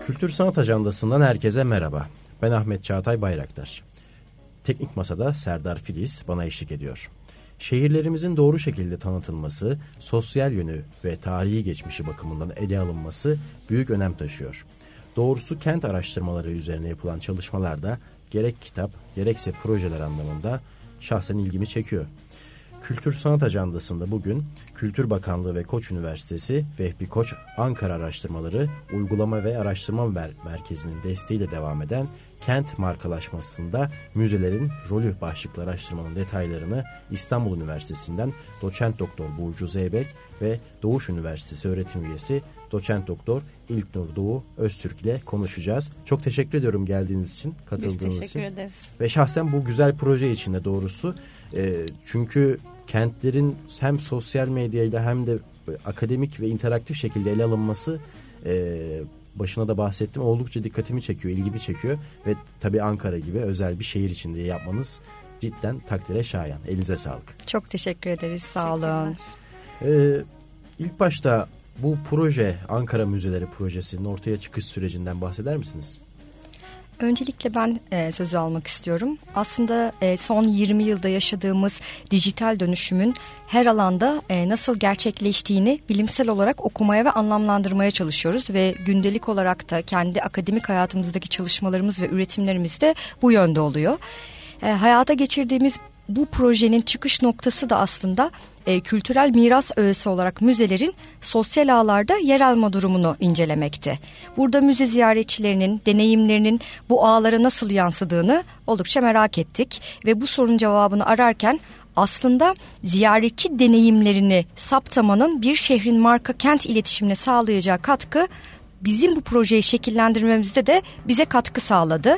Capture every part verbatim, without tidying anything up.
Kültür Sanat Ajandası'ndan herkese merhaba. Ben Ahmet Çağatay Bayraktar. Teknik Masa'da Serdar Filiz bana eşlik ediyor. Şehirlerimizin doğru şekilde tanıtılması, sosyal yönü ve tarihi geçmişi bakımından ele alınması büyük önem taşıyor. Doğrusu kent araştırmaları üzerine yapılan çalışmalarda gerek kitap gerekse projeler anlamında şahsen ilgimi çekiyor. Kültür Sanat Ajandası'nda bugün Kültür Bakanlığı ve Koç Üniversitesi Vehbi Koç Ankara Araştırmaları Uygulama ve Araştırma Merkezi'nin desteğiyle devam eden kent markalaşmasında müzelerin rolü başlıklı araştırmanın detaylarını İstanbul Üniversitesi'nden Doçent Doktor Burcu Zeybek ve Doğuş Üniversitesi öğretim üyesi Doçent Doktor İlknur Doğu Öztürk ile konuşacağız. Çok teşekkür ediyorum geldiğiniz için, katıldığınız için. Biz teşekkür için. ederiz. Ve şahsen bu güzel proje içinde doğrusu e, çünkü kentlerin hem sosyal medyayla hem de akademik ve interaktif şekilde ele alınması e, başına da bahsettim oldukça dikkatimi çekiyor, ilgimi çekiyor ve tabii Ankara gibi özel bir şehir içinde yapmanız cidden takdire şayan. Elinize sağlık. Çok teşekkür ederiz. Sağ olun. Ee, ilk başta bu proje, Ankara Müzeleri Projesi'nin ortaya çıkış sürecinden bahseder misiniz? Öncelikle ben e, sözü almak istiyorum. Aslında e, son yirmi yılda yaşadığımız dijital dönüşümün her alanda e, nasıl gerçekleştiğini bilimsel olarak okumaya ve anlamlandırmaya çalışıyoruz. Ve gündelik olarak da kendi akademik hayatımızdaki çalışmalarımız ve üretimlerimiz de bu yönde oluyor. E, hayata geçirdiğimiz bu projenin çıkış noktası da aslında e, kültürel miras öğesi olarak müzelerin sosyal ağlarda yer alma durumunu incelemekte. Burada müze ziyaretçilerinin deneyimlerinin bu ağlara nasıl yansıdığını oldukça merak ettik ve bu sorunun cevabını ararken aslında ziyaretçi deneyimlerini saptamanın bir şehrin marka kent iletişimine sağlayacağı katkı bizim bu projeyi şekillendirmemizde de bize katkı sağladı.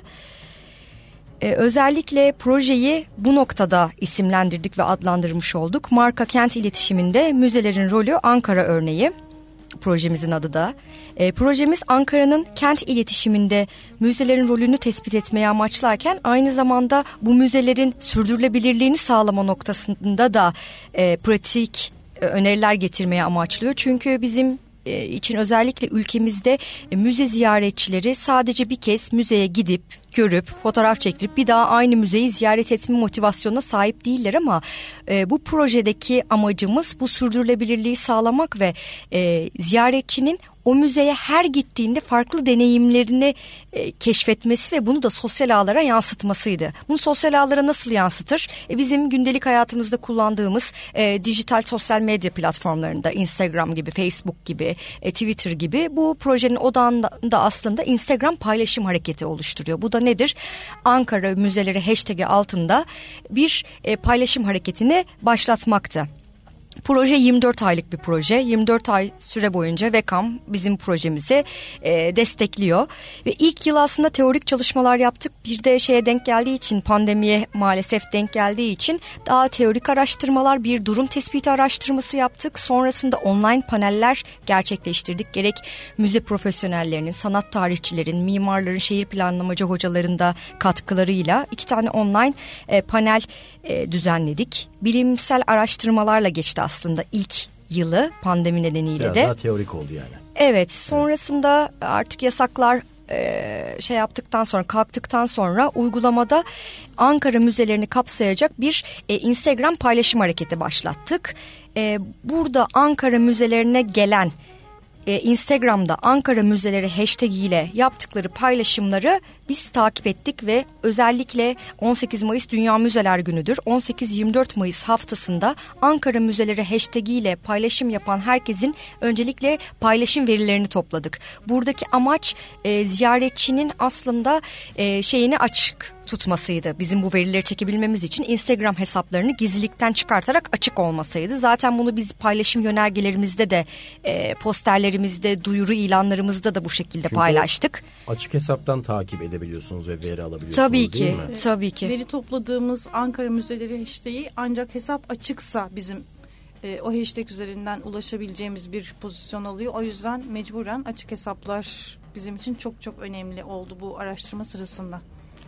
Ee, özellikle projeyi bu noktada isimlendirdik ve adlandırmış olduk. Marka kent iletişiminde müzelerin rolü Ankara örneği. Projemizin adı da. E, projemiz Ankara'nın kent iletişiminde müzelerin rolünü tespit etmeyi amaçlarken aynı zamanda bu müzelerin sürdürülebilirliğini sağlama noktasında da e, pratik e, öneriler getirmeye amaçlıyor. Çünkü bizim e, için özellikle ülkemizde e, müze ziyaretçileri sadece bir kez müzeye gidip görüp fotoğraf çektirip bir daha aynı müzeyi ziyaret etme motivasyonuna sahip değiller ama e, bu projedeki amacımız bu sürdürülebilirliği sağlamak ve e, ziyaretçinin o müzeye her gittiğinde farklı deneyimlerini e, keşfetmesi ve bunu da sosyal ağlara yansıtmasıydı. Bunu sosyal ağlara nasıl yansıtır? E, bizim gündelik hayatımızda kullandığımız e, dijital sosyal medya platformlarında Instagram gibi, Facebook gibi, e, Twitter gibi bu projenin odağında aslında Instagram paylaşım hareketi oluşturuyor. Bu da nedir? Ankara Müzeleri hashtag'i altında bir e, paylaşım hareketini başlatmaktı. Proje yirmi dört aylık bir proje. yirmi dört ay süre boyunca VEKAM bizim projemizi e, destekliyor. Ve ilk yıl aslında teorik çalışmalar yaptık. Bir de şeye denk geldiği için, pandemiye maalesef denk geldiği için daha teorik araştırmalar, bir durum tespiti araştırması yaptık. Sonrasında online paneller gerçekleştirdik. Gerek müze profesyonellerinin, sanat tarihçilerin, mimarların, şehir planlamacı hocaların da katkılarıyla iki tane online e, panel e, düzenledik. Bilimsel araştırmalarla geçti aslında ilk yılı pandemi nedeniyle Biraz de. Biraz daha teorik oldu yani. Evet, sonrasında evet. artık yasaklar e, şey yaptıktan sonra, kalktıktan sonra uygulamada Ankara müzelerini kapsayacak bir e, Instagram paylaşım hareketi başlattık. E, burada Ankara müzelerine gelen Ee, Instagram'da Ankara Müzeleri hashtag ile yaptıkları paylaşımları biz takip ettik ve özellikle on sekiz Mayıs Dünya Müzeler Günü'dür. on sekiz yirmi dört Mayıs haftasında Ankara Müzeleri hashtag ile paylaşım yapan herkesin öncelikle paylaşım verilerini topladık. Buradaki amaç e, ziyaretçinin aslında e, şeyini açık tutmasıydı. Bizim bu verileri çekebilmemiz için Instagram hesaplarını gizlilikten çıkartarak açık olmasıydı. Zaten bunu biz paylaşım yönergelerimizde de e, posterlerimizde, duyuru ilanlarımızda da bu şekilde Çünkü paylaştık. Açık hesaptan takip edebiliyorsunuz ve veri alabiliyorsunuz tabii değil ki, mi? Tabii ki. Veri topladığımız Ankara Müzeleri hashtag'i ancak hesap açıksa bizim e, o hashtag üzerinden ulaşabileceğimiz bir pozisyon alıyor. O yüzden mecburen açık hesaplar bizim için çok çok önemli oldu bu araştırma sırasında.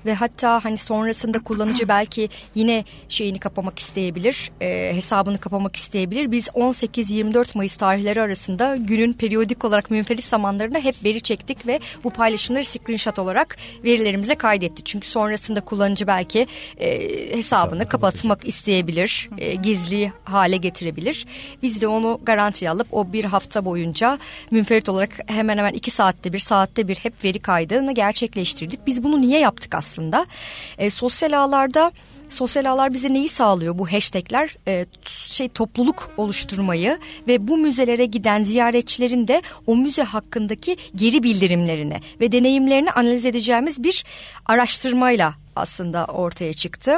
ve hatta hani sonrasında kullanıcı belki yine şeyini kapamak isteyebilir, e, hesabını kapamak isteyebilir. Biz on sekiz yirmi dört Mayıs tarihleri arasında günün periyodik olarak münferit zamanlarına hep veri çektik ve bu paylaşımları screenshot olarak verilerimize kaydettik. Çünkü sonrasında kullanıcı belki e, hesabını kapatmak isteyebilir, e, gizli hale getirebilir. Biz de onu garantiye alıp o bir hafta boyunca münferit olarak hemen hemen iki saatte bir, saatte bir hep veri kaydını gerçekleştirdik. Biz bunu niye yaptık aslında? E, sosyal ağlarda Sosyal ağlar bize neyi sağlıyor? Bu hashtagler e, şey topluluk oluşturmayı ve bu müzelere giden ziyaretçilerin de o müze hakkındaki geri bildirimlerini ve deneyimlerini analiz edeceğimiz bir araştırmayla aslında ortaya çıktı.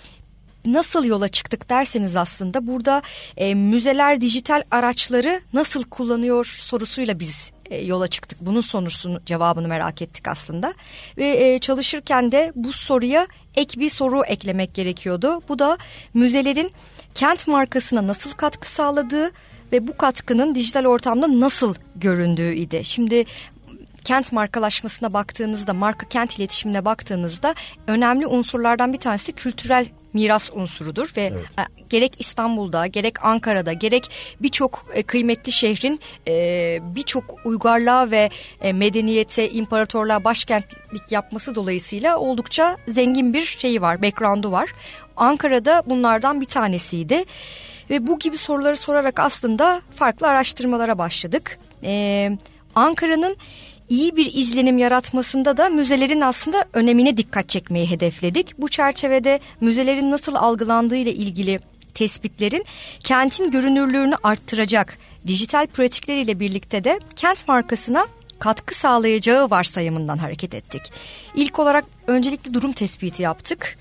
Nasıl yola çıktık derseniz aslında burada e, müzeler dijital araçları nasıl kullanıyor sorusuyla biz e, yola çıktık. Bunun sonusunu, cevabını merak ettik aslında. Ve e, çalışırken de bu soruya ek bir soru eklemek gerekiyordu. Bu da müzelerin kent markasına nasıl katkı sağladığı ve bu katkının dijital ortamda nasıl göründüğüydü. Şimdi kent markalaşmasına baktığınızda, marka kent iletişimine baktığınızda önemli unsurlardan bir tanesi kültürel miras unsurudur ve evet. e, gerek İstanbul'da, gerek Ankara'da, gerek birçok e, kıymetli şehrin e, birçok uygarlığa ve e, medeniyete, imparatorluğa başkentlik yapması dolayısıyla oldukça zengin bir şeyi var, background'u var. Ankara'da bunlardan bir tanesiydi ve bu gibi soruları sorarak aslında farklı araştırmalara başladık. E, Ankara'nın İyi bir izlenim yaratmasında da müzelerin aslında önemine dikkat çekmeyi hedefledik. Bu çerçevede müzelerin nasıl algılandığı ile ilgili tespitlerin kentin görünürlüğünü arttıracak dijital pratikleriyle birlikte de kent markasına katkı sağlayacağı varsayımından hareket ettik. İlk olarak öncelikle durum tespiti yaptık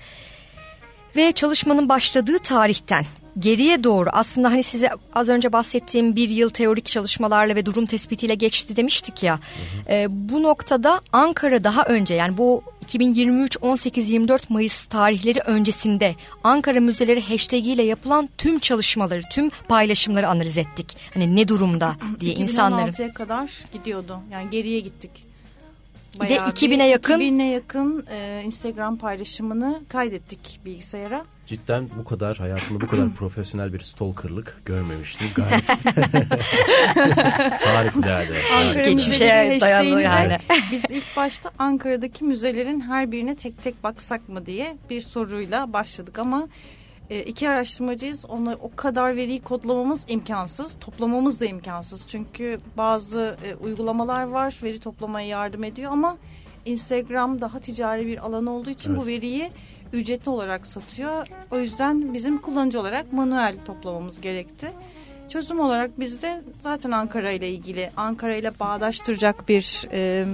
ve çalışmanın başladığı tarihten geriye doğru aslında hani size az önce bahsettiğim bir yıl teorik çalışmalarla ve durum tespitiyle geçti demiştik ya. Hı hı. E, bu noktada Ankara daha önce, yani bu iki bin yirmi üç on sekiz yirmi dört Mayıs tarihleri öncesinde Ankara Müzeleri hashtag ile yapılan tüm çalışmaları, tüm paylaşımları analiz ettik. Hani ne durumda diye insanların. iki bin on altıya kadar gidiyordu. Yani geriye gittik. Bayağı ve iki bine yakın iki bine yakın e, Instagram paylaşımını kaydettik bilgisayara. Cidden bu kadar hayatımda bu kadar profesyonel bir stalkerlık görmemiştim. Gayet harikulade. Ankara Geçmişe dayalı yani. Biz ilk başta Ankara'daki müzelerin her birine tek tek baksak mı diye bir soruyla başladık ama e, iki araştırmacıyız. Onlar o kadar veriyi kodlamamız imkansız, toplamamız da imkansız. Çünkü bazı e, uygulamalar var, veri toplamaya yardım ediyor ama Instagram daha ticari bir alan olduğu için evet. bu veriyi ücretli olarak satıyor. O yüzden bizim kullanıcı olarak manuel toplamamız gerekti. Çözüm olarak biz de zaten Ankara ile ilgili, Ankara ile bağdaştıracak bir e,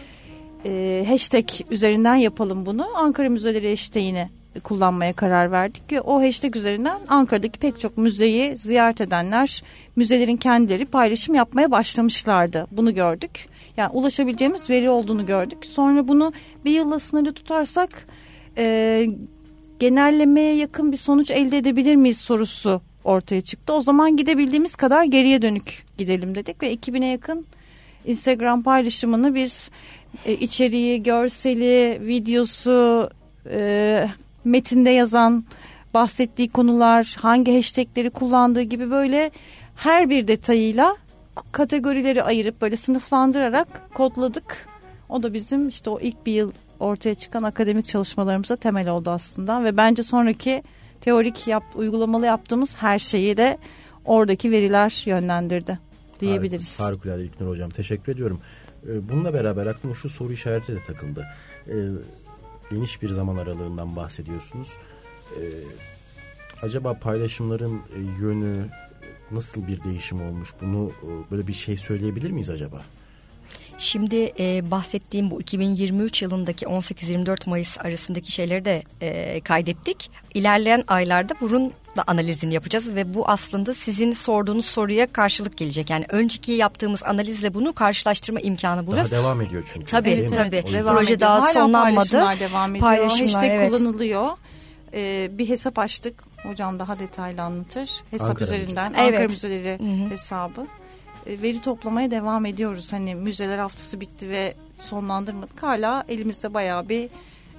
e, hashtag üzerinden yapalım bunu. Ankara Müzeleri hashtag'ini kullanmaya karar verdik ve o hashtag üzerinden Ankara'daki pek çok müzeyi ziyaret edenler, müzelerin kendileri paylaşım yapmaya başlamışlardı. Bunu gördük. Yani ulaşabileceğimiz veri olduğunu gördük. Sonra bunu bir yılla sınırlı tutarsak e, genellemeye yakın bir sonuç elde edebilir miyiz sorusu ortaya çıktı. O zaman gidebildiğimiz kadar geriye dönük gidelim dedik ve iki bine yakın Instagram paylaşımını biz e, içeriği, görseli, videosu, e, metinde yazan, bahsettiği konular, hangi hashtagleri kullandığı gibi böyle her bir detayıyla kategorileri ayırıp böyle sınıflandırarak kodladık. O da bizim işte o ilk bir yıl ortaya çıkan akademik çalışmalarımıza temel oldu aslında ve bence sonraki teorik yap, uygulamalı yaptığımız her şeyi de oradaki veriler yönlendirdi diyebiliriz. Harikulade İlknur Hocam, teşekkür ediyorum. Bununla beraber aklıma şu soru işareti de takıldı. Ee, geniş bir zaman aralığından bahsediyorsunuz. Ee, acaba paylaşımların yönü nasıl bir değişim olmuş? Bunu böyle bir şey söyleyebilir miyiz acaba? Şimdi e, bahsettiğim bu iki bin yirmi üç yılındaki on sekiz yirmi dört Mayıs arasındaki şeyleri de e, kaydettik. İlerleyen aylarda bunun da analizini yapacağız ve bu aslında sizin sorduğunuz soruya karşılık gelecek. Yani önceki yaptığımız analizle bunu karşılaştırma imkanı bulacağız. Daha devam ediyor çünkü. Tabii evet, tabii. Evet, Proje ediyor. daha Hala sonlanmadı. Paylaşımlar devam ediyor. Paylaşımlar, hashtag evet. kullanılıyor. Ee, bir hesap açtık. Hocam daha detaylı anlatır. Hesap Ankara üzerinden Müze. Ankara Evet. Müzeleri Hı-hı. hesabı. Ee, veri toplamaya devam ediyoruz. Hani müzeler haftası bitti ve sonlandırmadık. Hala elimizde bayağı bir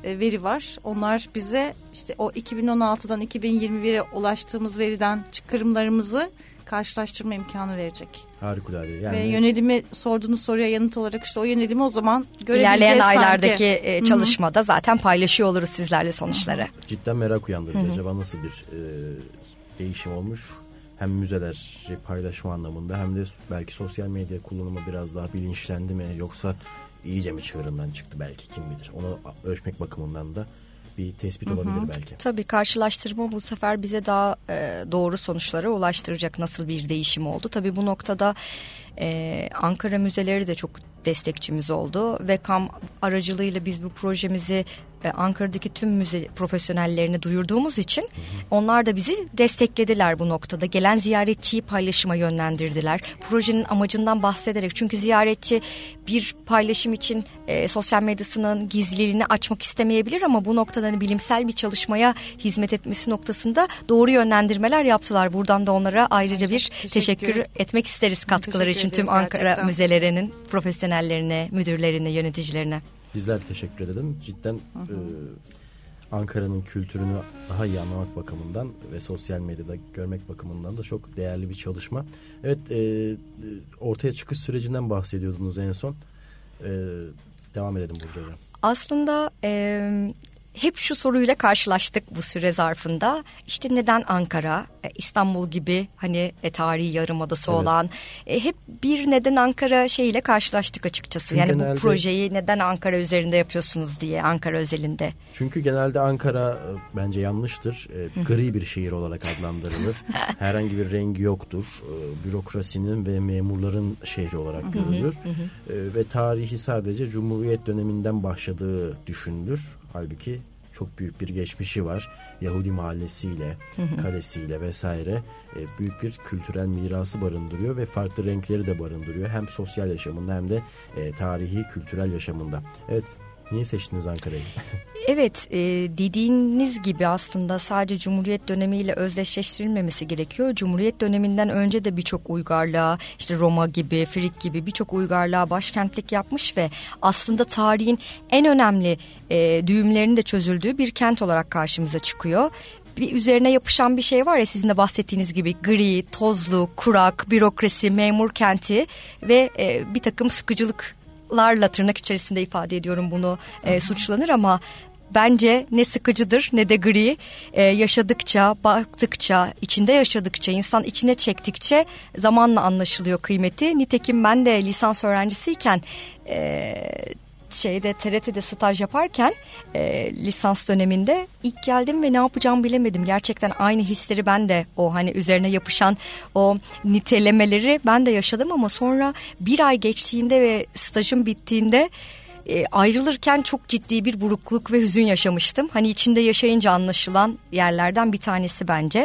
e, veri var. Onlar bize işte o iki bin on altıdan iki bin yirmi bire ulaştığımız veriden çıkarımlarımızı karşılaştırma imkanı verecek. Harikulade. Yani... Ve yönelimi sorduğunuz soruya yanıt olarak işte o yönelimi o zaman görebileceğiz. İlerleyen sanki. aylardaki e, çalışmada Hı-hı. zaten paylaşıyor oluruz sizlerle sonuçları. Hı-hı. Cidden merak uyandırıcı. Hı-hı. Acaba nasıl bir e, değişim olmuş? Hem müzeler paylaşma anlamında hem de belki sosyal medya kullanımı biraz daha bilinçlendi mi? Yoksa iyice mi çığırından çıktı belki, kim bilir. Onu ölçmek bakımından da bir tespit Hı-hı. olabilir belki. Tabii karşılaştırma bu sefer bize daha e, doğru sonuçlara ulaştıracak, nasıl bir değişim oldu. Tabii bu noktada e, Ankara müzeleri de çok destekçimiz oldu ve K A M aracılığıyla biz bu projemizi e, Ankara'daki tüm müze profesyonellerine duyurduğumuz için, hı hı, onlar da bizi desteklediler bu noktada. Gelen ziyaretçiyi paylaşıma yönlendirdiler. Projenin amacından bahsederek, çünkü ziyaretçi bir paylaşım için e, sosyal medyasının gizliliğini açmak istemeyebilir ama bu noktada hani bilimsel bir çalışmaya hizmet etmesi noktasında doğru yönlendirmeler yaptılar. Buradan da onlara ayrıca bir teşekkür, teşekkür etmek isteriz katkıları için tüm Ankara gerçekten. müzelerinin profesyonellerine, müdürlerine, yöneticilerine. Bizler teşekkür edelim. Cidden e, Ankara'nın kültürünü daha iyi anlamak bakımından ve sosyal medyada görmek bakımından da çok değerli bir çalışma. Evet, e, ortaya çıkış sürecinden bahsediyordunuz en son. E, devam edelim Burcu Hocam. Aslında e, hep şu soruyla karşılaştık bu süre zarfında. İşte neden Ankara, İstanbul gibi hani e, tarihi yarımadası evet. olan e, hep bir neden Ankara şeyiyle karşılaştık açıkçası. Çünkü yani genelde, bu projeyi neden Ankara üzerinde yapıyorsunuz diye, Ankara özelinde. Çünkü genelde Ankara bence yanlıştır. E, gri bir şehir olarak adlandırılır. Herhangi bir rengi yoktur. E, bürokrasinin ve memurların şehri olarak görülür. e, ve tarihi sadece Cumhuriyet döneminden başladığı düşünülür. Halbuki çok büyük bir geçmişi var. Yahudi mahallesiyle, hı hı. kalesiyle vesaire e, büyük bir kültürel mirası barındırıyor ve farklı renkleri de barındırıyor. Hem sosyal yaşamında hem de e, tarihi, kültürel yaşamında. Evet, niye seçtiniz Ankara'yı? Evet, e, dediğiniz gibi aslında sadece Cumhuriyet dönemiyle özdeşleştirilmemesi gerekiyor. Cumhuriyet döneminden önce de birçok uygarlığa, işte Roma gibi, Frig gibi birçok uygarlığa başkentlik yapmış ve aslında tarihin en önemli e, düğümlerinin de çözüldüğü bir kent olarak karşımıza çıkıyor. Bir üzerine yapışan bir şey var ya, sizin de bahsettiğiniz gibi gri, tozlu, kurak, bürokrasi, memur kenti ve e, bir takım sıkıcılık larla, tırnak içerisinde ifade ediyorum bunu, e, suçlanır ama bence ne sıkıcıdır ne de gri. E, yaşadıkça, baktıkça, içinde yaşadıkça, insan içine çektikçe zamanla anlaşılıyor kıymeti. Nitekim ben de lisans öğrencisiyken e, şeyde T R T'de staj yaparken e, lisans döneminde ilk geldim ve ne yapacağımı bilemedim. Gerçekten aynı hisleri ben de, o hani üzerine yapışan o nitelemeleri ben de yaşadım ama sonra bir ay geçtiğinde ve stajım bittiğinde e, ayrılırken çok ciddi bir burukluk ve hüzün yaşamıştım. Hani içinde yaşayınca anlaşılan yerlerden bir tanesi bence.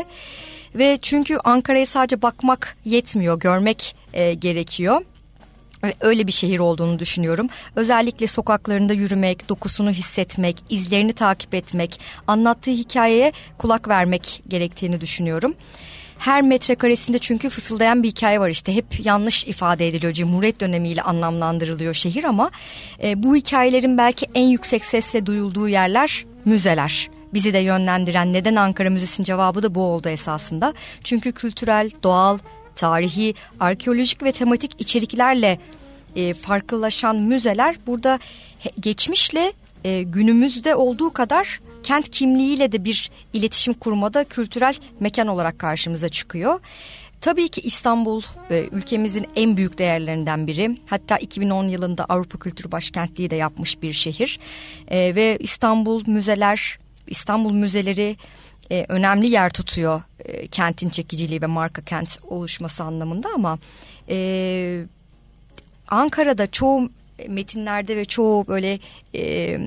Ve çünkü Ankara'ya sadece bakmak yetmiyor, görmek e, gerekiyor. Öyle bir şehir olduğunu düşünüyorum. Özellikle sokaklarında yürümek, dokusunu hissetmek, izlerini takip etmek, anlattığı hikayeye kulak vermek gerektiğini düşünüyorum. Her metrekaresinde çünkü fısıldayan bir hikaye var, işte hep yanlış ifade ediliyor. Cumhuriyet dönemiyle anlamlandırılıyor şehir ama e, bu hikayelerin belki en yüksek sesle duyulduğu yerler müzeler. Bizi de yönlendiren neden Ankara Müzesi'nin cevabı da bu oldu esasında. Çünkü kültürel, doğal, tarihi, arkeolojik ve tematik içeriklerle e, farklılaşan müzeler burada geçmişle e, günümüzde olduğu kadar kent kimliğiyle de bir iletişim kurmada kültürel mekan olarak karşımıza çıkıyor. Tabii ki İstanbul e, ülkemizin en büyük değerlerinden biri. Hatta iki bin on yılında Avrupa Kültür Başkentliği de yapmış bir şehir. E, ve İstanbul müzeler, İstanbul müzeleri e, önemli yer tutuyor e, kentin çekiciliği ve marka kent oluşması anlamında ama e, Ankara'da çoğu metinlerde ve çoğu böyle e,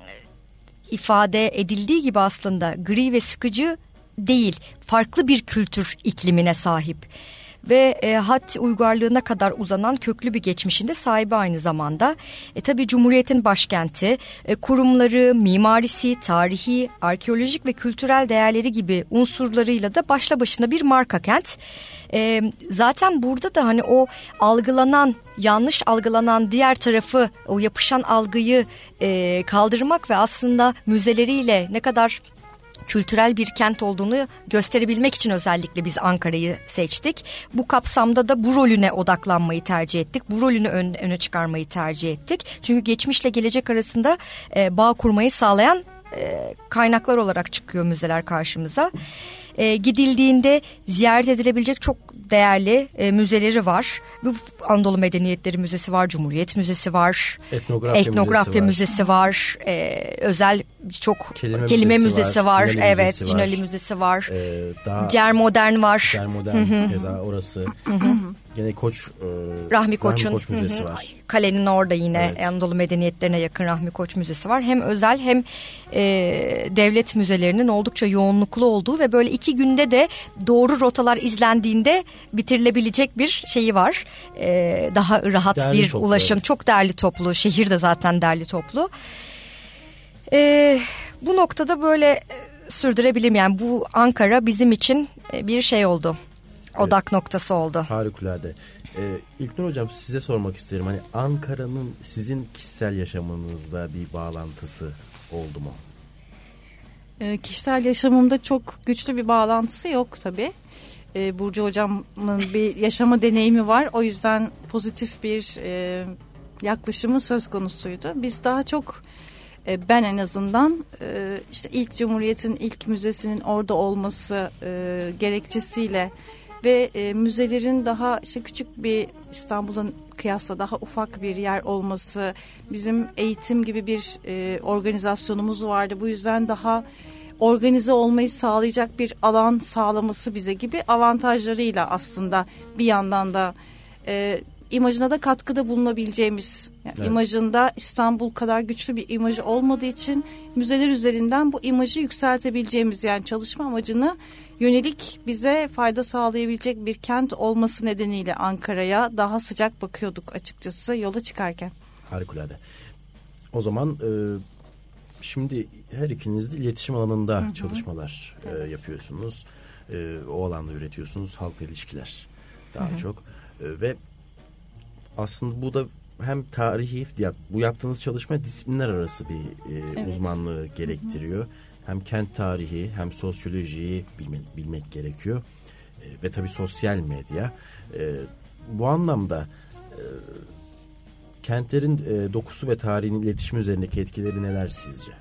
ifade edildiği gibi aslında gri ve sıkıcı değil, farklı bir kültür iklimine sahip. ve e, hat uygarlığına kadar uzanan köklü bir geçmişin de sahibi aynı zamanda. E, tabii Cumhuriyet'in başkenti, e, kurumları, mimarisi, tarihi, arkeolojik ve kültürel değerleri gibi unsurlarıyla da başlı başına bir marka kent. E, zaten burada da hani o algılanan, yanlış algılanan diğer tarafı, o yapışan algıyı e, kaldırmak ve aslında müzeleriyle ne kadar kültürel bir kent olduğunu gösterebilmek için özellikle biz Ankara'yı seçtik. Bu kapsamda da bu rolüne odaklanmayı tercih ettik. Bu rolünü ön, öne çıkarmayı tercih ettik. Çünkü geçmişle gelecek arasında e, bağ kurmayı sağlayan e, kaynaklar olarak çıkıyor müzeler karşımıza. E, gidildiğinde ziyaret edilebilecek çok değerli e, müzeleri var. Bu Anadolu Medeniyetleri Müzesi var, Cumhuriyet Müzesi var, Etnografya, Etnografya Müzesi var, müzesi var. E, özel çok kelime, kelime müzesi, müzesi var, var. Evet, müzesi Cinali var. Müzesi var, ee, daha Cermodern var, Cermodern keza orası. Yine Koç, e, Rahmi Koç'un Rahmi Koç Müzesi var. Kalenin orada yine evet. Anadolu medeniyetlerine yakın Rahmi Koç Müzesi var. Hem özel hem e, devlet müzelerinin oldukça yoğunluklu olduğu ve böyle iki günde de doğru rotalar izlendiğinde bitirilebilecek bir şeyi var. E, daha rahat derli bir toplu, ulaşım. Evet. Çok derli toplu. Şehir de zaten derli toplu. E, bu noktada böyle sürdürebilirim. Yani bu Ankara bizim için bir şey oldu. Odak evet. noktası oldu. Harikulade. Ee, İlknur Hocam, size sormak isterim. Hani Ankara'nın sizin kişisel yaşamınızda bir bağlantısı oldu mu? Ee, kişisel yaşamımda çok güçlü bir bağlantısı yok tabii. Ee, Burcu Hocam'ın bir yaşama deneyimi var. O yüzden pozitif bir e, yaklaşımı söz konusuydu. Biz daha çok e, ben en azından e, işte ilk Cumhuriyet'in ilk müzesinin orada olması e, gerekçesiyle ve e, müzelerin daha işte küçük bir İstanbul'un kıyasla daha ufak bir yer olması, bizim eğitim gibi bir e, organizasyonumuz vardı. Bu yüzden daha organize olmayı sağlayacak bir alan sağlaması bize gibi avantajlarıyla aslında bir yandan da e, imajına da katkıda bulunabileceğimiz, yani evet. imajında İstanbul kadar güçlü bir imajı olmadığı için müzeler üzerinden bu imajı yükseltebileceğimiz, yani çalışma amacını yönelik bize fayda sağlayabilecek bir kent olması nedeniyle Ankara'ya daha sıcak bakıyorduk açıkçası yola çıkarken. Harikulade. O zaman e, şimdi her ikiniz de iletişim alanında Hı-hı. çalışmalar evet. e, yapıyorsunuz. E, o alanda üretiyorsunuz. Halkla ilişkiler daha Hı-hı. çok. E, ve aslında bu da hem tarihi, bu yaptığınız çalışma disiplinler arası bir e, evet. uzmanlığı gerektiriyor. Hı-hı. Hem kent tarihi hem sosyolojiyi bilmek, bilmek gerekiyor. E, ve tabii sosyal medya. E, bu anlamda e, kentlerin e, dokusu ve tarihin iletişimi üzerindeki etkileri neler sizce?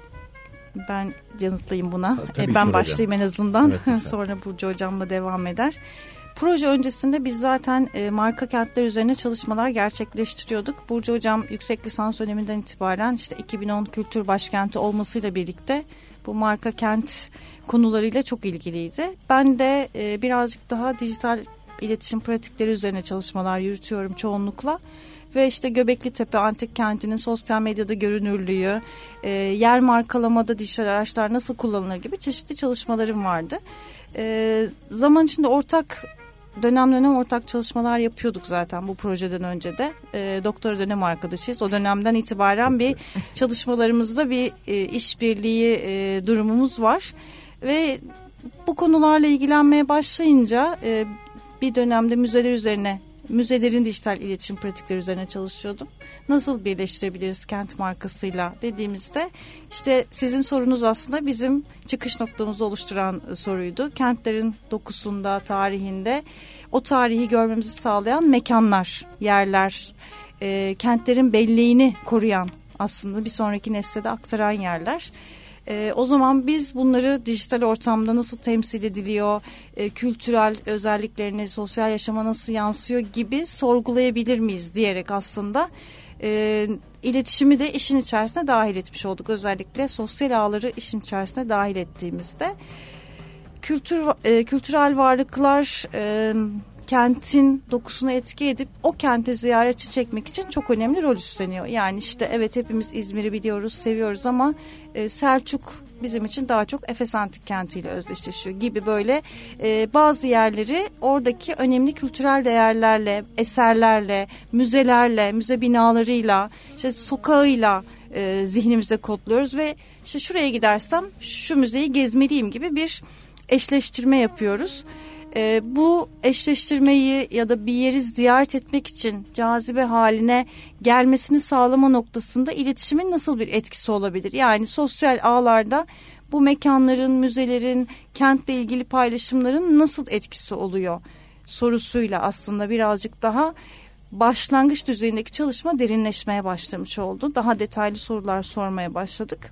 Ben yanıtlayayım buna. E, ben başlayayım en azından. Evet, sonra Burcu Hocam'la devam eder. Proje öncesinde biz zaten e, marka kentler üzerine çalışmalar gerçekleştiriyorduk. Burcu Hocam yüksek lisans döneminden itibaren işte iki bin on kültür başkenti olmasıyla birlikte bu marka kent konularıyla çok ilgiliydi. Ben de e, birazcık daha dijital iletişim pratikleri üzerine çalışmalar yürütüyorum çoğunlukla. Ve işte Göbeklitepe Antik Kenti'nin sosyal medyada görünürlüğü, e, yer markalamada dijital araçlar nasıl kullanılır gibi çeşitli çalışmalarım vardı. E, zaman içinde ortak dönem dönem ortak çalışmalar yapıyorduk zaten bu projeden önce de. E, doktora dönem arkadaşıyız. O dönemden itibaren bir çalışmalarımızda bir e, işbirliği e, durumumuz var. Ve bu konularla ilgilenmeye başlayınca e, bir dönemde müzeler üzerine, müzelerin dijital iletişim pratikleri üzerine çalışıyordum. Nasıl birleştirebiliriz kent markasıyla dediğimizde işte sizin sorunuz aslında bizim çıkış noktamızı oluşturan soruydu. Kentlerin dokusunda, tarihinde o tarihi görmemizi sağlayan mekanlar, yerler, e, kentlerin belleğini koruyan, aslında bir sonraki nesle de aktaran yerler. E, o zaman biz bunları dijital ortamda nasıl temsil ediliyor, e, kültürel özelliklerini sosyal yaşama nasıl yansıyor gibi sorgulayabilir miyiz diyerek aslında e, iletişimi de işin içerisine dahil etmiş olduk. Özellikle sosyal ağları işin içerisine dahil ettiğimizde kültür e, kültürel varlıklar e, kentin dokusuna etki edip o kente ziyaretçi çekmek için çok önemli rol üstleniyor. Yani işte evet hepimiz İzmir'i biliyoruz, seviyoruz ama e, Selçuk bizim için daha çok Efes Antik Kenti ile özdeşleşiyor gibi böyle e, bazı yerleri oradaki önemli kültürel değerlerle, eserlerle, müzelerle, müze binalarıyla, işte sokağıyla e, zihnimizde kodluyoruz ve işte şuraya gidersem şu müzeyi gezmeliyim gibi bir eşleştirme yapıyoruz. E, bu eşleştirmeyi ya da bir yeri ziyaret etmek için cazibe haline gelmesini sağlama noktasında iletişimin nasıl bir etkisi olabilir? Yani sosyal ağlarda bu mekanların, müzelerin, kentle ilgili paylaşımların nasıl etkisi oluyor sorusuyla aslında birazcık daha başlangıç düzeyindeki çalışma derinleşmeye başlamış oldu. Daha detaylı sorular sormaya başladık.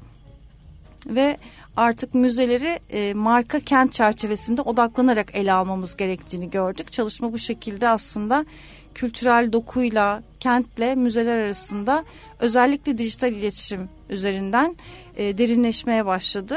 Ve artık müzeleri e, marka kent çerçevesinde odaklanarak ele almamız gerektiğini gördük. Çalışma bu şekilde aslında kültürel dokuyla, kentle müzeler arasında özellikle dijital iletişim üzerinden e, derinleşmeye başladı.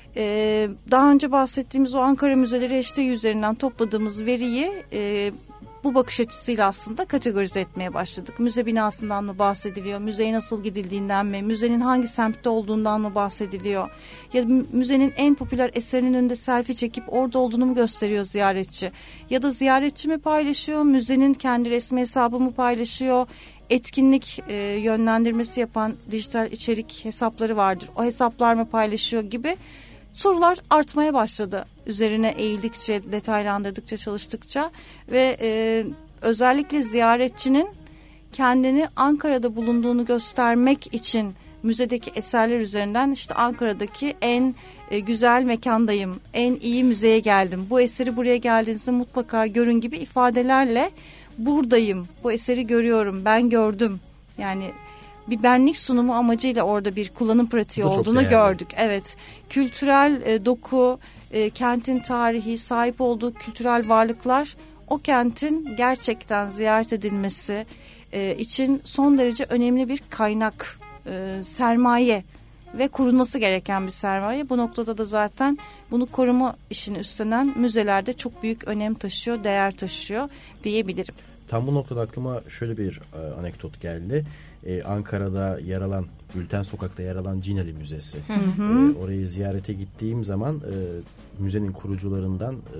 E, daha önce bahsettiğimiz o Ankara Müzeleri hashtag üzerinden topladığımız veriyi e, bu bakış açısıyla aslında kategorize etmeye başladık. Müze binasından mı bahsediliyor? Müzeye nasıl gidildiğinden mi? Müzenin hangi semtte olduğundan mı bahsediliyor? Ya da müzenin en popüler eserinin önünde selfie çekip orada olduğunu mu gösteriyor ziyaretçi? Ya da ziyaretçi mi paylaşıyor? Müzenin kendi resmi hesabı mı paylaşıyor? Etkinlik e, yönlendirmesi yapan dijital içerik hesapları vardır. O hesaplar mı paylaşıyor gibi sorular artmaya başladı. Üzerine eğildikçe, detaylandırdıkça, çalıştıkça ve e, özellikle ziyaretçinin kendini Ankara'da bulunduğunu göstermek için müzedeki eserler üzerinden işte Ankara'daki en e, güzel mekandayım, en iyi müzeye geldim, bu eseri buraya geldiğinizde mutlaka görün gibi ifadelerle buradayım, bu eseri görüyorum, ben gördüm. Yani bir benlik sunumu amacıyla orada bir kullanım pratiği olduğunu gördük. Evet, kültürel e, doku, e, kentin tarihi, sahip olduğu kültürel varlıklar o kentin gerçekten ziyaret edilmesi e, için son derece önemli bir kaynak, e, sermaye ve korunması gereken bir sermaye. Bu noktada da zaten bunu koruma işini üstlenen müzelerde çok büyük önem taşıyor, değer taşıyor diyebilirim. Tam bu noktada aklıma şöyle bir e, anekdot geldi. Ee, Ankara'da yer alan, Gülten Sokak'ta yer alan Cinali Müzesi. Hı hı. Ee, orayı ziyarete gittiğim zaman e, müzenin kurucularından e,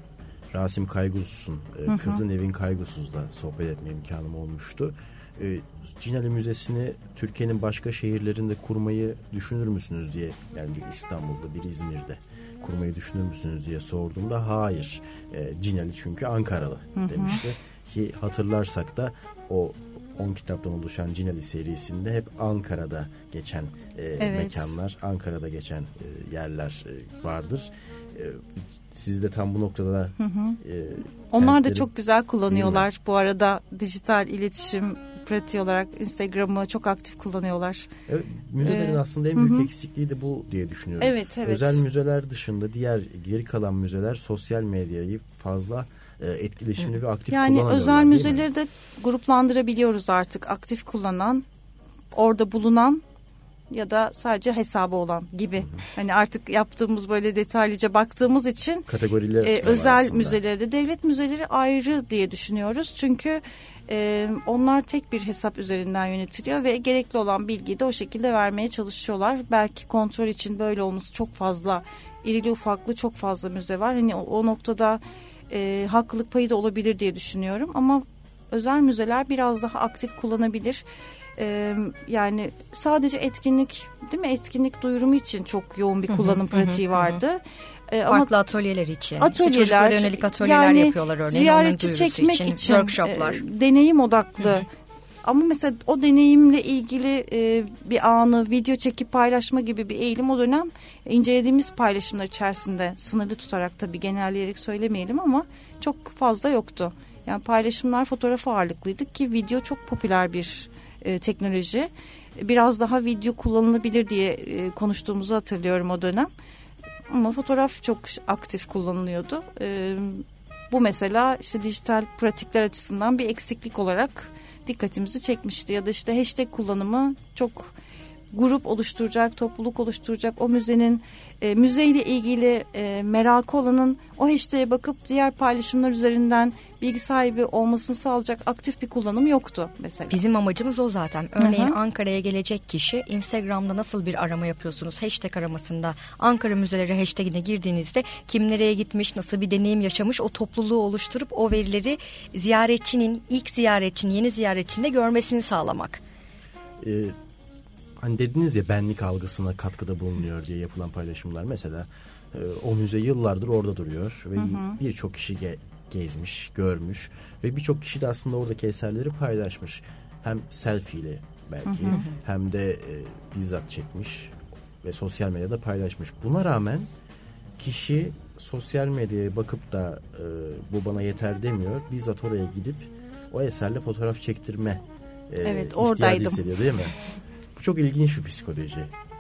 Rasim Kaygusuz'un e, Kızın Evin Kaygusuz'la sohbet etme imkanım olmuştu. E, Cinali Müzesi'ni Türkiye'nin başka şehirlerinde kurmayı düşünür müsünüz diye, yani bir İstanbul'da, bir İzmir'de kurmayı düşünür müsünüz diye sorduğumda hayır. E, Cinali çünkü Ankaralı demişti. Ki hatırlarsak da o on kitaptan oluşan Cinali serisinde hep Ankara'da geçen e, evet. mekanlar, Ankara'da geçen e, yerler e, vardır. E, siz de tam bu noktada da hı hı. E, onlar da çok güzel kullanıyorlar. Bu arada dijital iletişim pratiği olarak Instagram'ı çok aktif kullanıyorlar. Evet, müzelerin ee, aslında en büyük hı hı. eksikliği de bu diye düşünüyorum. Evet, evet. Özel müzeler dışında diğer geri kalan müzeler sosyal medyayı fazla etkileşimli ve aktif yani kullanamıyorlar. Yani özel müzeleri de gruplandırabiliyoruz artık. Aktif kullanan, orada bulunan ya da sadece hesabı olan gibi. Hı hı. Hani artık yaptığımız böyle detaylıca baktığımız için kategoriler e, özel müzeleri de, devlet müzeleri ayrı diye düşünüyoruz. Çünkü e, onlar tek bir hesap üzerinden yönetiliyor ve gerekli olan bilgiyi de o şekilde vermeye çalışıyorlar. Belki kontrol için böyle olması çok fazla, irili ufaklı çok fazla müze var. Hani o, o noktada E, haklılık payı da olabilir diye düşünüyorum ama özel müzeler biraz daha aktif kullanabilir. E, yani sadece etkinlik, değil mi? Etkinlik duyurumu için çok yoğun bir kullanım pratiği vardı. E, Farklı ama atölyeler için. Atölyeler, işte çocuklara yönelik atölyeler yani yapıyorlar örneğin. Ziyaretçi çekmek için, için workshoplar. E, deneyim odaklı. Hı hı. Ama mesela o deneyimle ilgili e, bir anı video çekip paylaşma gibi bir eğilim o dönem incelediğimiz paylaşımlar içerisinde sınırlı tutarak, tabii genelleyerek söylemeyelim ama çok fazla yoktu. Yani paylaşımlar fotoğraf ağırlıklıydı ki video çok popüler bir e, teknoloji. Biraz daha video kullanılabilir diye e, konuştuğumuzu hatırlıyorum o dönem. Ama fotoğraf çok aktif kullanılıyordu. E, bu mesela işte dijital pratikler açısından bir eksiklik olarak dikkatimizi çekmişti. Ya da işte hashtag kullanımı çok grup oluşturacak, topluluk oluşturacak, o müzenin e, müzeyle ilgili e, merakı olanın o hashtag'e bakıp diğer paylaşımlar üzerinden bilgi sahibi olmasını sağlayacak aktif bir kullanım yoktu mesela. Bizim amacımız o zaten. Örneğin Hı-hı. Ankara'ya gelecek kişi Instagram'da nasıl bir arama yapıyorsunuz? Hashtag aramasında Ankara Müzeleri hashtagine girdiğinizde kim nereye gitmiş, nasıl bir deneyim yaşamış, o topluluğu oluşturup o verileri ziyaretçinin, ilk ziyaretçinin, yeni ziyaretçinin de görmesini sağlamak. Ee, hani dediniz ya, benlik algısına katkıda bulunuyor diye yapılan paylaşımlar. Mesela e, o müze yıllardır orada duruyor ve birçok kişi ge- gezmiş, görmüş ve birçok kişi de aslında oradaki eserleri paylaşmış. Hem selfie ile belki, hı hı, hem de e, bizzat çekmiş ve sosyal medyada paylaşmış. Buna rağmen kişi sosyal medyaya bakıp da e, bu bana yeter demiyor. Bizzat oraya gidip o eserle fotoğraf çektirme e, evet, ihtiyacı oradaydım hissediyor, değil mi? Bu çok ilginç bir psikoloji.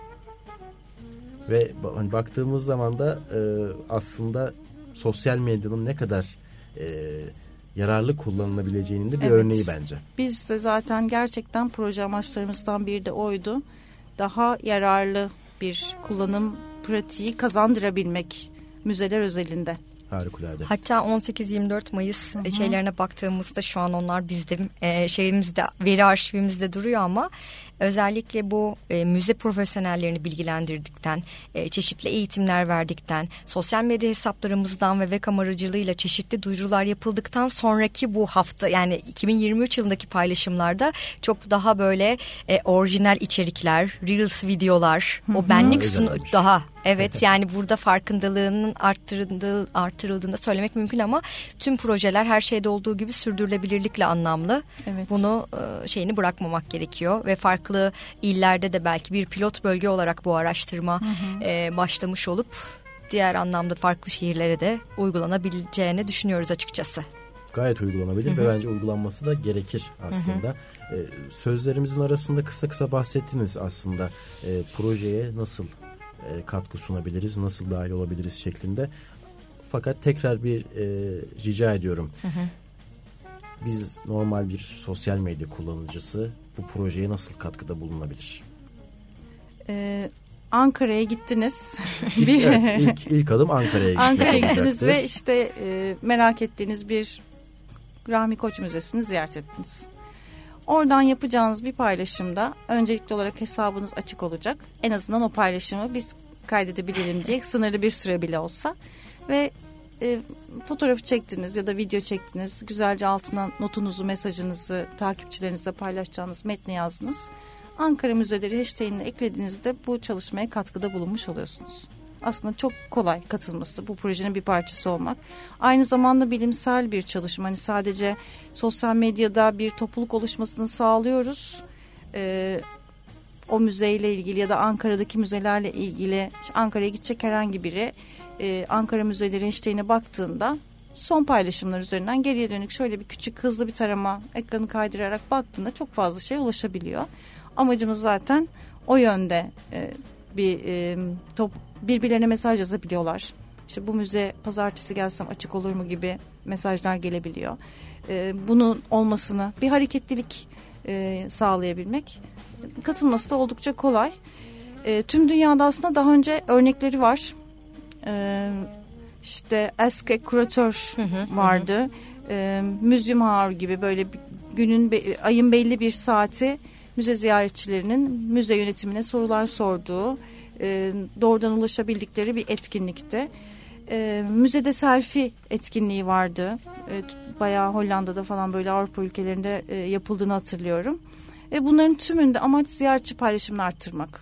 Ve hani baktığımız zaman da e, aslında sosyal medyanın ne kadar e, yararlı kullanılabileceğinin de bir evet, örneği bence. Biz de zaten gerçekten proje amaçlarımızdan biri de oydu. Daha yararlı bir kullanım pratiği kazandırabilmek müzeler özelinde. Harikulade. Hatta on sekiz yirmi dört Mayıs Hı-hı. şeylerine baktığımızda şu an onlar bizde e, şeyimizde, veri arşivimizde duruyor ama özellikle bu e, müze profesyonellerini bilgilendirdikten, e, çeşitli eğitimler verdikten, sosyal medya hesaplarımızdan ve webcam aracılığıyla çeşitli duyurular yapıldıktan sonraki bu hafta, yani iki bin yirmi üç yılındaki paylaşımlarda çok daha böyle e, orijinal içerikler, reels videolar, Hı-hı. o benlik sunu daha evet yani burada farkındalığının arttırıldığı, artırıldığında söylemek mümkün ama tüm projeler her şeyde olduğu gibi sürdürülebilirlikle anlamlı. Evet. Bunu e, şeyini bırakmamak gerekiyor ve farklı farklı illerde de belki bir pilot bölge olarak bu araştırma hı hı. E, başlamış olup diğer anlamda farklı şehirlere de uygulanabileceğini düşünüyoruz açıkçası. Gayet uygulanabilir hı hı. ve bence uygulanması da gerekir aslında. Hı hı. E, sözlerimizin arasında kısa kısa bahsettiniz aslında e, projeye nasıl e, katkı sunabiliriz, nasıl dahil olabiliriz şeklinde. Fakat tekrar bir e, rica ediyorum. Hı hı. Biz normal bir sosyal medya kullanıcısı bu projeye nasıl katkıda bulunabilir? Ee, Ankara'ya gittiniz. bir, evet, ilk, ilk adım Ankara'ya gitmek Ankara'ya gittiniz ve işte e, merak ettiğiniz bir Rahmi Koç Müzesi'ni ziyaret ettiniz. Oradan yapacağınız bir paylaşımda öncelikli olarak hesabınız açık olacak. En azından o paylaşımı biz kaydedebilelim diye sınırlı bir süre bile olsa ve E, fotoğrafı çektiniz ya da video çektiniz. Güzelce altına notunuzu, mesajınızı takipçilerinizle paylaşacağınız metni yazdınız. Ankara Müzeleri hashtag'ini eklediğinizde bu çalışmaya katkıda bulunmuş oluyorsunuz. Aslında çok kolay katılması, bu projenin bir parçası olmak. Aynı zamanda bilimsel bir çalışma. Hani sadece sosyal medyada bir topluluk oluşmasını sağlıyoruz. E, o müzeyle ilgili ya da Ankara'daki müzelerle ilgili Ankara'ya gidecek herhangi biri Ee, Ankara Müzeleri hashtag'ine baktığında son paylaşımlar üzerinden geriye dönük şöyle bir küçük hızlı bir tarama ekranı kaydırarak baktığında çok fazla şey ulaşabiliyor. Amacımız zaten o yönde e, bir e, top, birbirlerine mesaj yazabiliyorlar. İşte bu müze pazartesi gelsem açık olur mu gibi mesajlar gelebiliyor. E, bunun olmasını, bir hareketlilik e, sağlayabilmek, katılması da oldukça kolay. E, tüm dünyada aslında daha önce örnekleri var. Ee, işte Ask a Curator vardı. Hı hı. Ee, Museum Hour gibi böyle günün ayın belli bir saati müze ziyaretçilerinin müze yönetimine sorular sorduğu, e, doğrudan ulaşabildikleri bir etkinlikti. E, müzede selfie etkinliği vardı. E, bayağı Hollanda'da falan böyle Avrupa ülkelerinde e, yapıldığını hatırlıyorum. Ve bunların tümünde amaç ziyaretçi paylaşımını arttırmak.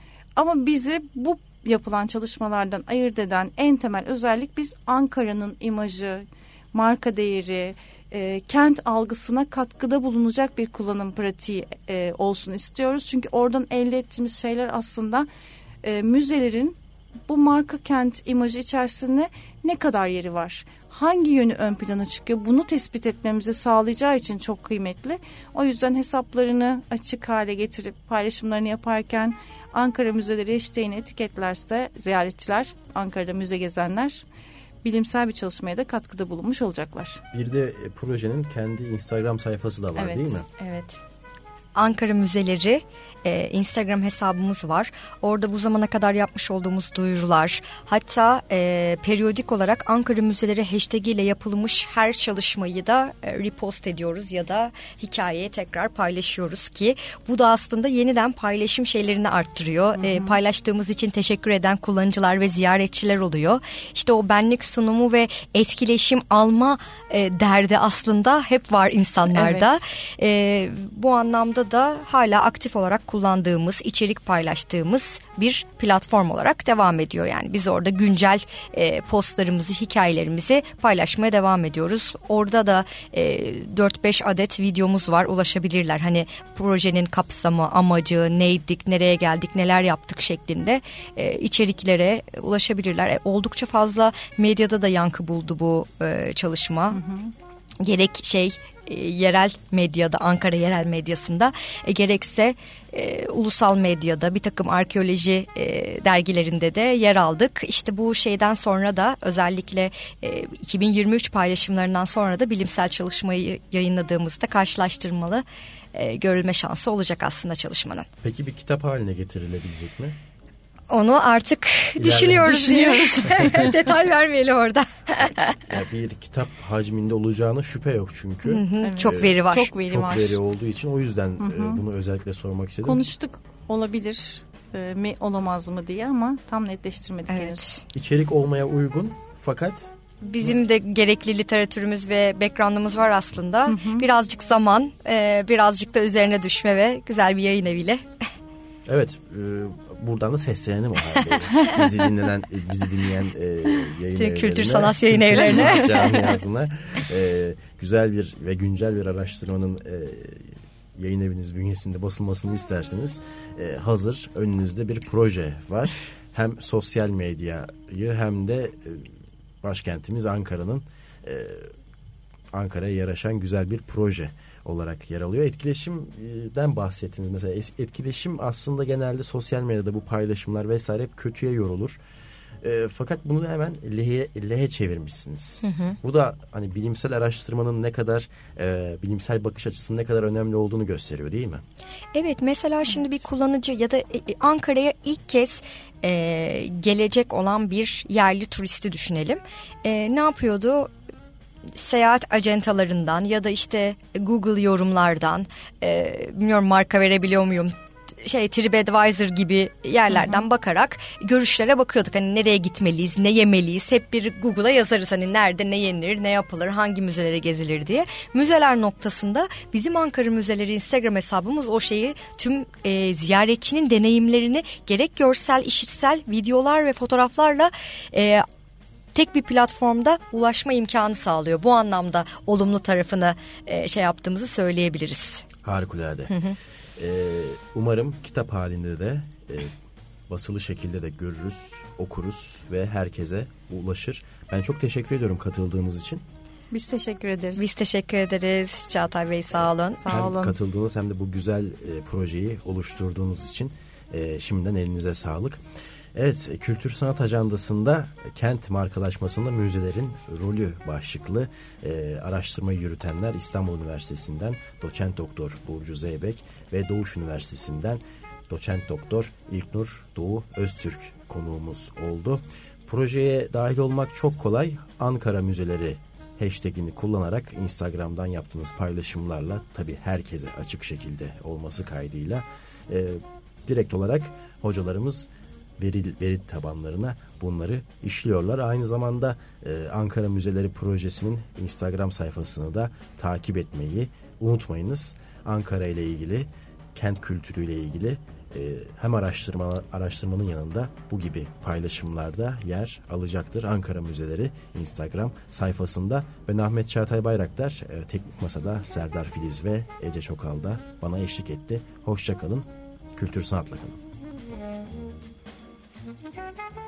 Ama bizi bu yapılan çalışmalardan ayırt eden en temel özellik, biz Ankara'nın imajı, marka değeri, e, kent algısına katkıda bulunacak bir kullanım pratiği e, olsun istiyoruz. Çünkü oradan elde ettiğimiz şeyler aslında e, müzelerin bu marka kent imajı içerisinde ne kadar yeri var? Hangi yönü ön plana çıkıyor? Bunu tespit etmemizi sağlayacağı için çok kıymetli. O yüzden hesaplarını açık hale getirip paylaşımlarını yaparken Ankara Müzeleri hashtag'ini etiketlerse ziyaretçiler, Ankara'da müze gezenler bilimsel bir çalışmaya da katkıda bulunmuş olacaklar. Bir de projenin kendi Instagram sayfası da var, evet, değil mi? Evet. Ankara Müzeleri e, Instagram hesabımız var. Orada bu zamana kadar yapmış olduğumuz duyurular, hatta e, periyodik olarak Ankara Müzeleri hashtag ile yapılmış her çalışmayı da e, repost ediyoruz ya da hikayeye tekrar paylaşıyoruz ki bu da aslında yeniden paylaşım şeylerini arttırıyor. Hı hı. E, paylaştığımız için teşekkür eden kullanıcılar ve ziyaretçiler oluyor. İşte o benlik sunumu ve etkileşim alma e, derdi aslında hep var insanlarda. Evet. E, bu anlamda da hala aktif olarak kullandığımız, içerik paylaştığımız bir platform olarak devam ediyor. Yani biz orada güncel e, postlarımızı, hikayelerimizi paylaşmaya devam ediyoruz. Orada da e, dört beş adet videomuz var, ulaşabilirler. Hani projenin kapsamı, amacı, neydik, nereye geldik, neler yaptık şeklinde e, içeriklere ulaşabilirler. E, oldukça fazla medyada da yankı buldu bu e, çalışma. Hı hı. Gerek şey e, yerel medyada, Ankara yerel medyasında e, gerekse e, ulusal medyada, bir takım arkeoloji e, dergilerinde de yer aldık. İşte bu şeyden sonra da özellikle e, iki bin yirmi üç paylaşımlarından sonra da bilimsel çalışmayı yayınladığımızda karşılaştırmalı e, görülme şansı olacak aslında çalışmanın. Peki bir kitap haline getirilebilecek mi? Onu artık İlerleyin. düşünüyoruz. düşünüyoruz. Detay vermeyelim orada. Yani bir kitap hacminde olacağına şüphe yok çünkü. Hı hı, evet. Çok veri var. Çok veri çok var. veri olduğu için o yüzden hı hı. bunu özellikle sormak istedim. Konuştuk, olabilir e, mi olamaz mı diye ama tam netleştirmedik evet. henüz. İçerik olmaya uygun fakat bizim de gerekli literatürümüz ve background'umuz var aslında. Hı hı. Birazcık zaman, e, birazcık da üzerine düşme ve güzel bir yayın eviyle. Evet, e, buradan da seslenelim o halde. bizi dinleyen, bizi dinleyen e, yayın evlerine, kültür sanat yayın evlerine, camiasına e, güzel bir ve güncel bir araştırmanın e, yayın eviniz bünyesinde basılmasını isterseniz e, hazır önünüzde bir proje var. Hem sosyal medyayı hem de e, başkentimiz Ankara'nın e, Ankara'ya yaraşan güzel bir proje olarak yer alıyor. Etkileşimden bahsettiniz. Mesela etkileşim aslında genelde sosyal medyada bu paylaşımlar vesaire hep kötüye yorulur. E, fakat bunu hemen lehe, lehe çevirmişsiniz. Hı hı. Bu da hani bilimsel araştırmanın ne kadar e, bilimsel bakış açısının ne kadar önemli olduğunu gösteriyor değil mi? Evet, mesela şimdi bir kullanıcı ya da Ankara'ya ilk kez e, gelecek olan bir yerli turisti düşünelim. E, ne yapıyordu? Seyahat acentalarından ya da işte Google yorumlardan, e, bilmiyorum marka verebiliyor muyum, şey TripAdvisor gibi yerlerden hı hı. bakarak görüşlere bakıyorduk. Hani nereye gitmeliyiz, ne yemeliyiz, hep bir Google'a yazarız hani nerede ne yenir, ne yapılır, hangi müzelere gezilir diye. Müzeler noktasında bizim Ankara Müzeleri Instagram hesabımız o şeyi tüm e, ziyaretçinin deneyimlerini gerek görsel, işitsel videolar ve fotoğraflarla e, tek bir platformda ulaşma imkanı sağlıyor. Bu anlamda olumlu tarafını e, şey yaptığımızı söyleyebiliriz. Harikulade. Hı hı. Ee, umarım kitap halinde de e, basılı şekilde de görürüz, okuruz ve herkese ulaşır. Ben çok teşekkür ediyorum katıldığınız için. Biz teşekkür ederiz. Biz teşekkür ederiz Çağatay Bey, sağ olun. Sağ hem olun. katıldığınız hem de bu güzel e, projeyi oluşturduğunuz için e, şimdiden elinize sağlık. Evet, Kültür Sanat Ajandası'nda kent markalaşmasında müzelerin rolü başlıklı e, araştırmayı yürütenler İstanbul Üniversitesi'nden doçent doktor Burcu Zeybek ve Doğuş Üniversitesi'nden doçent doktor İlknur Doğu Öztürk konuğumuz oldu. Projeye dahil olmak çok kolay. Ankara Müzeleri hashtagini kullanarak Instagram'dan yaptığınız paylaşımlarla tabii herkese açık şekilde olması kaydıyla e, direkt olarak hocalarımız Veri, veri tabanlarına bunları işliyorlar. Aynı zamanda e, Ankara Müzeleri Projesi'nin Instagram sayfasını da takip etmeyi unutmayınız. Ankara ile ilgili, kent kültürüyle ilgili e, hem araştırma araştırmanın yanında bu gibi paylaşımlarda yer alacaktır. Ankara Müzeleri Instagram sayfasında. Ben Ahmet Çağatay Bayraktar, e, Teknik Masa'da Serdar Filiz ve Ece Çokal da bana eşlik etti. Hoşça kalın, kültür sanatla kalın. Thank you.